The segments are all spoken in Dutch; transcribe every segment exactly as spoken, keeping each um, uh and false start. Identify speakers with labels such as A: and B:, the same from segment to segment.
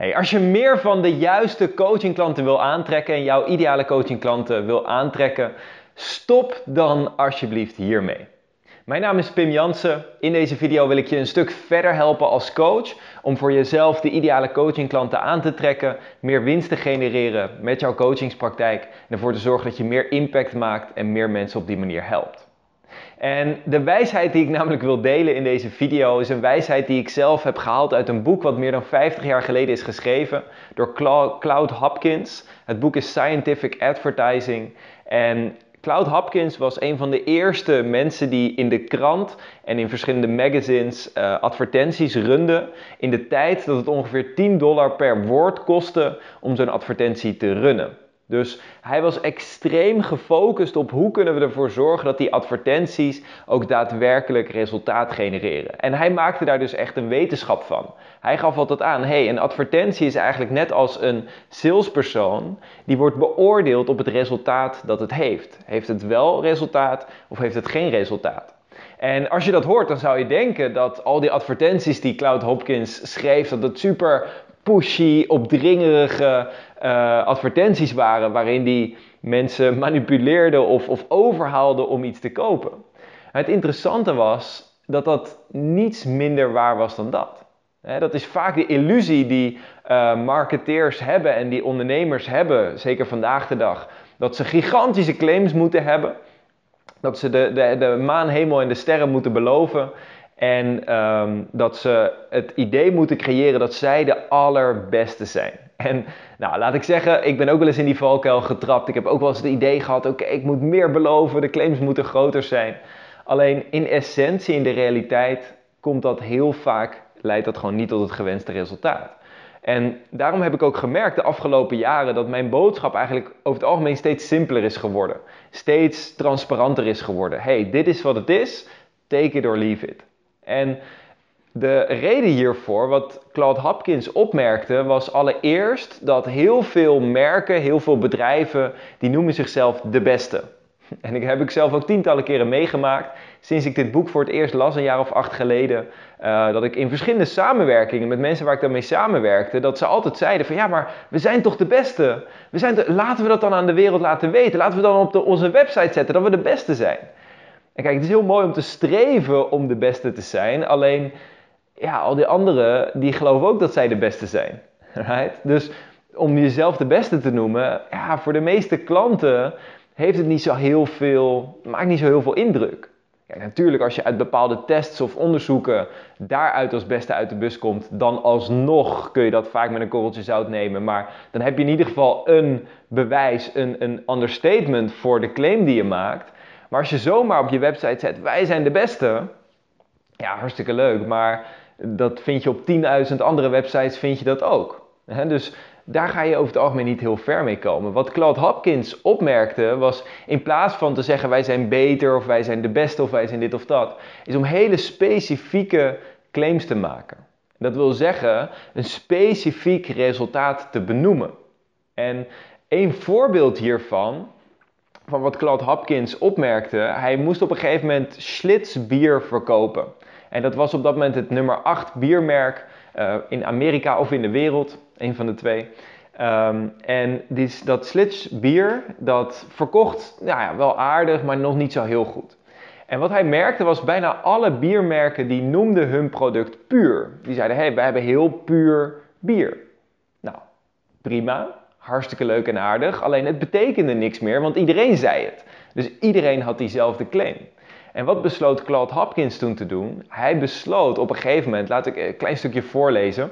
A: Hey, als je meer van de juiste coachingklanten wil aantrekken en jouw ideale coachingklanten wil aantrekken, stop dan alsjeblieft hiermee. Mijn naam is Pim Jansen. In deze video wil ik je een stuk verder helpen als coach om voor jezelf de ideale coachingklanten aan te trekken, meer winst te genereren met jouw coachingspraktijk en ervoor te zorgen dat je meer impact maakt en meer mensen op die manier helpt. En de wijsheid die ik namelijk wil delen in deze video is een wijsheid die ik zelf heb gehaald uit een boek wat meer dan vijftig jaar geleden is geschreven door Claude Hopkins. Het boek is Scientific Advertising en Claude Hopkins was een van de eerste mensen die in de krant en in verschillende magazines uh, advertenties runde in de tijd dat het ongeveer tien dollar per woord kostte om zo'n advertentie te runnen. Dus hij was extreem gefocust op hoe kunnen we ervoor zorgen dat die advertenties ook daadwerkelijk resultaat genereren. En hij maakte daar dus echt een wetenschap van. Hij gaf altijd aan, hey, een advertentie is eigenlijk net als een salespersoon die wordt beoordeeld op het resultaat dat het heeft. Heeft het wel resultaat of heeft het geen resultaat? En als je dat hoort, dan zou je denken dat al die advertenties die Claude Hopkins schreef, dat het super pushy, opdringerige uh, advertenties waren waarin die mensen manipuleerden of, of overhaalden om iets te kopen. Het interessante was dat dat niets minder waar was dan dat. He, dat is vaak de illusie die uh, marketeers hebben en die ondernemers hebben, zeker vandaag de dag, dat ze gigantische claims moeten hebben, dat ze de, de, de maan, hemel en de sterren moeten beloven. En um, dat ze het idee moeten creëren dat zij de allerbeste zijn. En nou, laat ik zeggen, ik ben ook wel eens in die valkuil getrapt. Ik heb ook wel eens het idee gehad, oké, okay, ik moet meer beloven, de claims moeten groter zijn. Alleen in essentie, in de realiteit, komt dat heel vaak, leidt dat gewoon niet tot het gewenste resultaat. En daarom heb ik ook gemerkt de afgelopen jaren dat mijn boodschap eigenlijk over het algemeen steeds simpeler is geworden. Steeds transparanter is geworden. Hey, dit is wat het is, take it or leave it. En de reden hiervoor, wat Claude Hopkins opmerkte, was allereerst dat heel veel merken, heel veel bedrijven, die noemen zichzelf de beste. En dat heb ik zelf ook tientallen keren meegemaakt. Sinds ik dit boek voor het eerst las, een jaar of acht geleden, uh, dat ik in verschillende samenwerkingen met mensen waar ik daarmee samenwerkte, dat ze altijd zeiden van ja, maar we zijn toch de beste? We zijn te, laten we dat dan aan de wereld laten weten. Laten we dan op de, onze website zetten dat we de beste zijn. En kijk, het is heel mooi om te streven om de beste te zijn. Alleen, ja, al die anderen, die geloven ook dat zij de beste zijn. Right? Dus om jezelf de beste te noemen, ja, voor de meeste klanten heeft het niet zo heel veel, maakt niet zo heel veel indruk. Ja, natuurlijk, als je uit bepaalde tests of onderzoeken daaruit als beste uit de bus komt, dan alsnog kun je dat vaak met een korreltje zout nemen. Maar dan heb je in ieder geval een bewijs, een, een understatement voor de claim die je maakt. Maar als je zomaar op je website zet, wij zijn de beste, ja, hartstikke leuk. Maar dat vind je op tienduizend andere websites, vind je dat ook. He, dus daar ga je over het algemeen niet heel ver mee komen. Wat Claude Hopkins opmerkte was, in plaats van te zeggen wij zijn beter of wij zijn de beste of wij zijn dit of dat, is om hele specifieke claims te maken. Dat wil zeggen, een specifiek resultaat te benoemen. En een voorbeeld hiervan, van wat Claude Hopkins opmerkte, hij moest op een gegeven moment Schlitz bier verkopen. En dat was op dat moment het nummer acht biermerk uh, in Amerika of in de wereld, een van de twee. Um, en die, dat Schlitz bier, dat verkocht nou ja, wel aardig, maar nog niet zo heel goed. En wat hij merkte was, bijna alle biermerken die noemden hun product puur. Die zeiden, hé, hey, wij hebben heel puur bier. Nou, prima. Hartstikke leuk en aardig, alleen het betekende niks meer, want iedereen zei het. Dus iedereen had diezelfde claim. En wat besloot Claude Hopkins toen te doen? Hij besloot op een gegeven moment, laat ik een klein stukje voorlezen.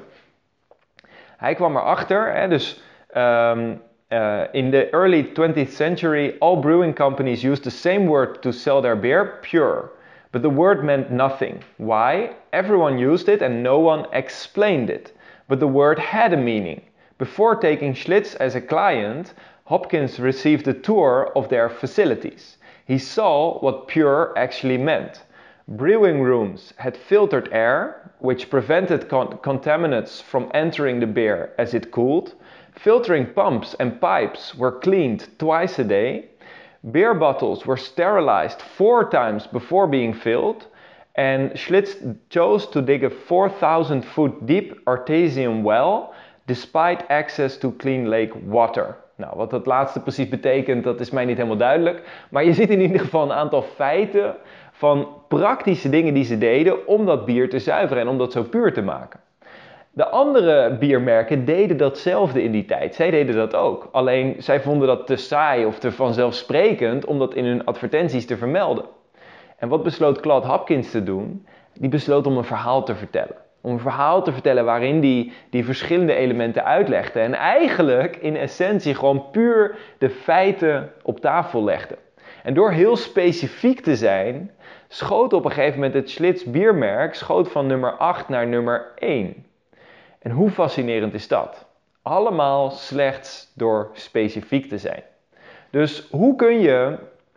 A: Hij kwam erachter, hè, dus um, uh, in the early twentieth century, all brewing companies used the same word to sell their beer, pure. But the word meant nothing. Why? Everyone used it and no one explained it. But the word had a meaning. Before taking Schlitz as a client, Hopkins received a tour of their facilities. He saw what pure actually meant. Brewing rooms had filtered air, which prevented con- contaminants from entering the beer as it cooled. Filtering pumps and pipes were cleaned twice a day. Beer bottles were sterilized four times before being filled. And Schlitz chose to dig a four thousand foot deep artesian well despite access to clean lake water. Nou, wat dat laatste precies betekent, dat is mij niet helemaal duidelijk. Maar je ziet in ieder geval een aantal feiten van praktische dingen die ze deden om dat bier te zuiveren en om dat zo puur te maken. De andere biermerken deden datzelfde in die tijd. Zij deden dat ook. Alleen zij vonden dat te saai of te vanzelfsprekend om dat in hun advertenties te vermelden. En wat besloot Claude Hopkins te doen? Die besloot om een verhaal te vertellen. Om een verhaal te vertellen waarin die, die verschillende elementen uitlegde. En eigenlijk in essentie gewoon puur de feiten op tafel legde. En door heel specifiek te zijn, schoot op een gegeven moment het Schlitz biermerk schoot van nummer acht naar nummer één. En hoe fascinerend is dat? Allemaal slechts door specifiek te zijn. Dus hoe kun je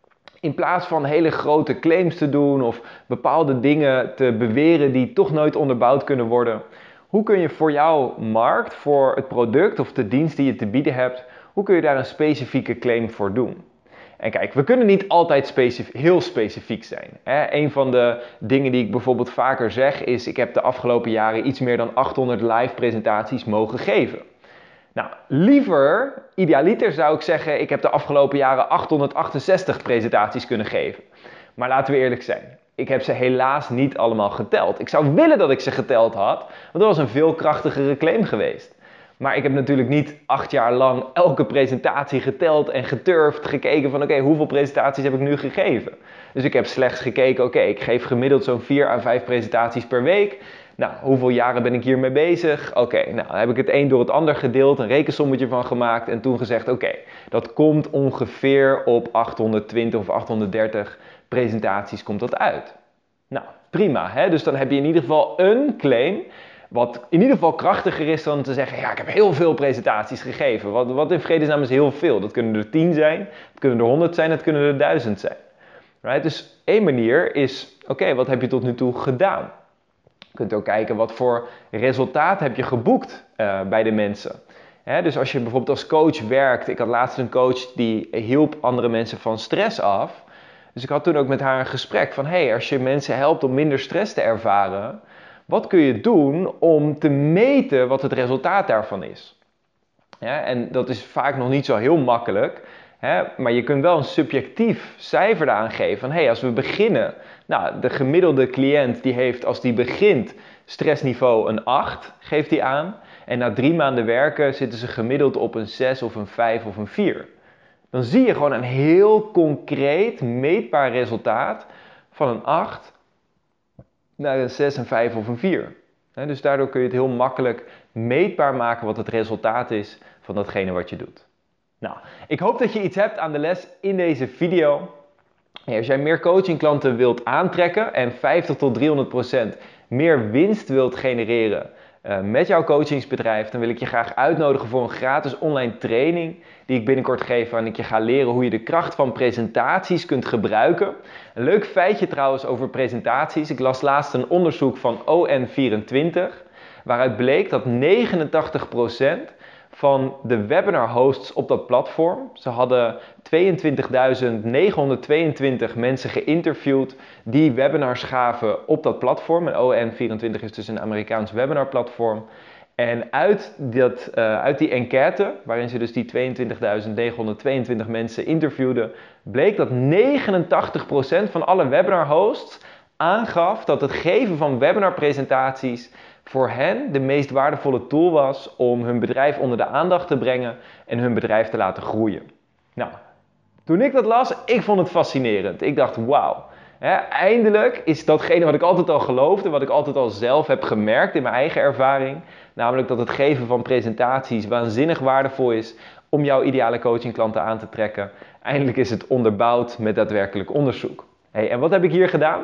A: in plaats van hele grote claims te doen of bepaalde dingen te beweren die toch nooit onderbouwd kunnen worden, hoe kun je voor jouw markt, voor het product of de dienst die je te bieden hebt, hoe kun je daar een specifieke claim voor doen? En kijk, we kunnen niet altijd specif- heel specifiek zijn. Hè? Een van de dingen die ik bijvoorbeeld vaker zeg is, ik heb de afgelopen jaren iets meer dan achthonderd live presentaties mogen geven. Nou, liever, idealiter zou ik zeggen, ik heb de afgelopen jaren achthonderdachtenzestig presentaties kunnen geven. Maar laten we eerlijk zijn, ik heb ze helaas niet allemaal geteld. Ik zou willen dat ik ze geteld had, want dat was een veel krachtigere claim geweest. Maar ik heb natuurlijk niet acht jaar lang elke presentatie geteld en geturfd, gekeken van oké, okay, hoeveel presentaties heb ik nu gegeven? Dus ik heb slechts gekeken, oké, okay, ik geef gemiddeld zo'n vier à vijf presentaties per week. Nou, hoeveel jaren ben ik hiermee bezig? Oké, okay, nou dan heb ik het een door het ander gedeeld, een rekensommetje van gemaakt en toen gezegd, oké, okay, dat komt ongeveer op achthonderdtwintig of achthonderddertig presentaties komt dat uit. Nou, prima, hè? Dus dan heb je in ieder geval een claim, wat in ieder geval krachtiger is dan te zeggen, ja, ik heb heel veel presentaties gegeven. Wat, wat in vredesnaam is heel veel. Dat kunnen er tien zijn, dat kunnen er honderd zijn, dat kunnen er duizend zijn. Right? Dus één manier is, oké, okay, wat heb je tot nu toe gedaan? Je kunt ook kijken, wat voor resultaat heb je geboekt uh, bij de mensen. Hè? Dus als je bijvoorbeeld als coach werkt, ik had laatst een coach die hielp andere mensen van stress af. Dus ik had toen ook met haar een gesprek van, hey, als je mensen helpt om minder stress te ervaren, wat kun je doen om te meten wat het resultaat daarvan is? Ja, en dat is vaak nog niet zo heel makkelijk. Hè, maar je kunt wel een subjectief cijfer eraan geven. Van hey, als we beginnen. Nou, de gemiddelde cliënt die heeft als die begint stressniveau een acht, geeft hij aan. En na drie maanden werken zitten ze gemiddeld op een zes of een vijf of een vier. Dan zie je gewoon een heel concreet meetbaar resultaat van een acht naar een zes, een vijf of een vier. He, dus daardoor kun je het heel makkelijk meetbaar maken wat het resultaat is van datgene wat je doet. Nou, ik hoop dat je iets hebt aan de les in deze video. Ja, als jij meer coachingklanten wilt aantrekken en vijftig tot driehonderd procent meer winst wilt genereren uh, met jouw coachingsbedrijf, dan wil ik je graag uitnodigen voor een gratis online training die ik binnenkort geef, waarin ik je ga leren hoe je de kracht van presentaties kunt gebruiken. Een leuk feitje trouwens over presentaties. Ik las laatst een onderzoek van O N vierentwintig, waaruit bleek dat negenentachtig procent van de webinar hosts op dat platform, ze hadden tweeëntwintigduizend negenhonderdtweeëntwintig mensen geïnterviewd die webinars gaven op dat platform. En O N vierentwintig is dus een Amerikaans webinarplatform. En uit, dat, uh, uit die enquête, waarin ze dus die tweeëntwintigduizend negenhonderdtweeëntwintig mensen interviewden, bleek dat negenentachtig procent van alle webinar hosts aangaf dat het geven van webinarpresentaties voor hen de meest waardevolle tool was om hun bedrijf onder de aandacht te brengen en hun bedrijf te laten groeien. Nou, toen ik dat las, ik vond het fascinerend. Ik dacht, wauw. Hè, eindelijk is datgene wat ik altijd al geloofde, wat ik altijd al zelf heb gemerkt in mijn eigen ervaring, namelijk dat het geven van presentaties waanzinnig waardevol is om jouw ideale coachingklanten aan te trekken. Eindelijk is het onderbouwd met daadwerkelijk onderzoek. Hey, en wat heb ik hier gedaan?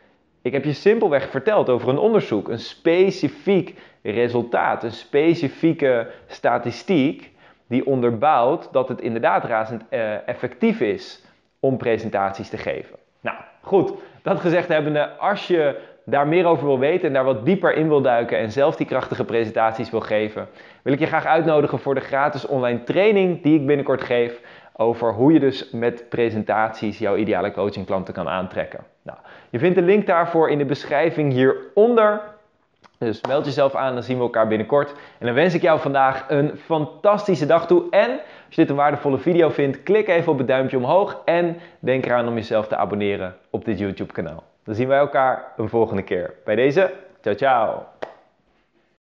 A: Ik heb je simpelweg verteld over een onderzoek, een specifiek resultaat, een specifieke statistiek die onderbouwt dat het inderdaad razend uh, effectief is om presentaties te geven. Nou, goed, dat gezegd hebbende, als je daar meer over wil weten en daar wat dieper in wil duiken en zelf die krachtige presentaties wil geven, wil ik je graag uitnodigen voor de gratis online training die ik binnenkort geef over hoe je dus met presentaties jouw ideale coachingklanten kan aantrekken. Nou, je vindt de link daarvoor in de beschrijving hieronder. Dus meld jezelf aan, dan zien we elkaar binnenkort. En dan wens ik jou vandaag een fantastische dag toe. En als je dit een waardevolle video vindt, klik even op het duimpje omhoog. En denk eraan om jezelf te abonneren op dit YouTube kanaal. Dan zien wij elkaar een volgende keer. Bij deze, ciao ciao!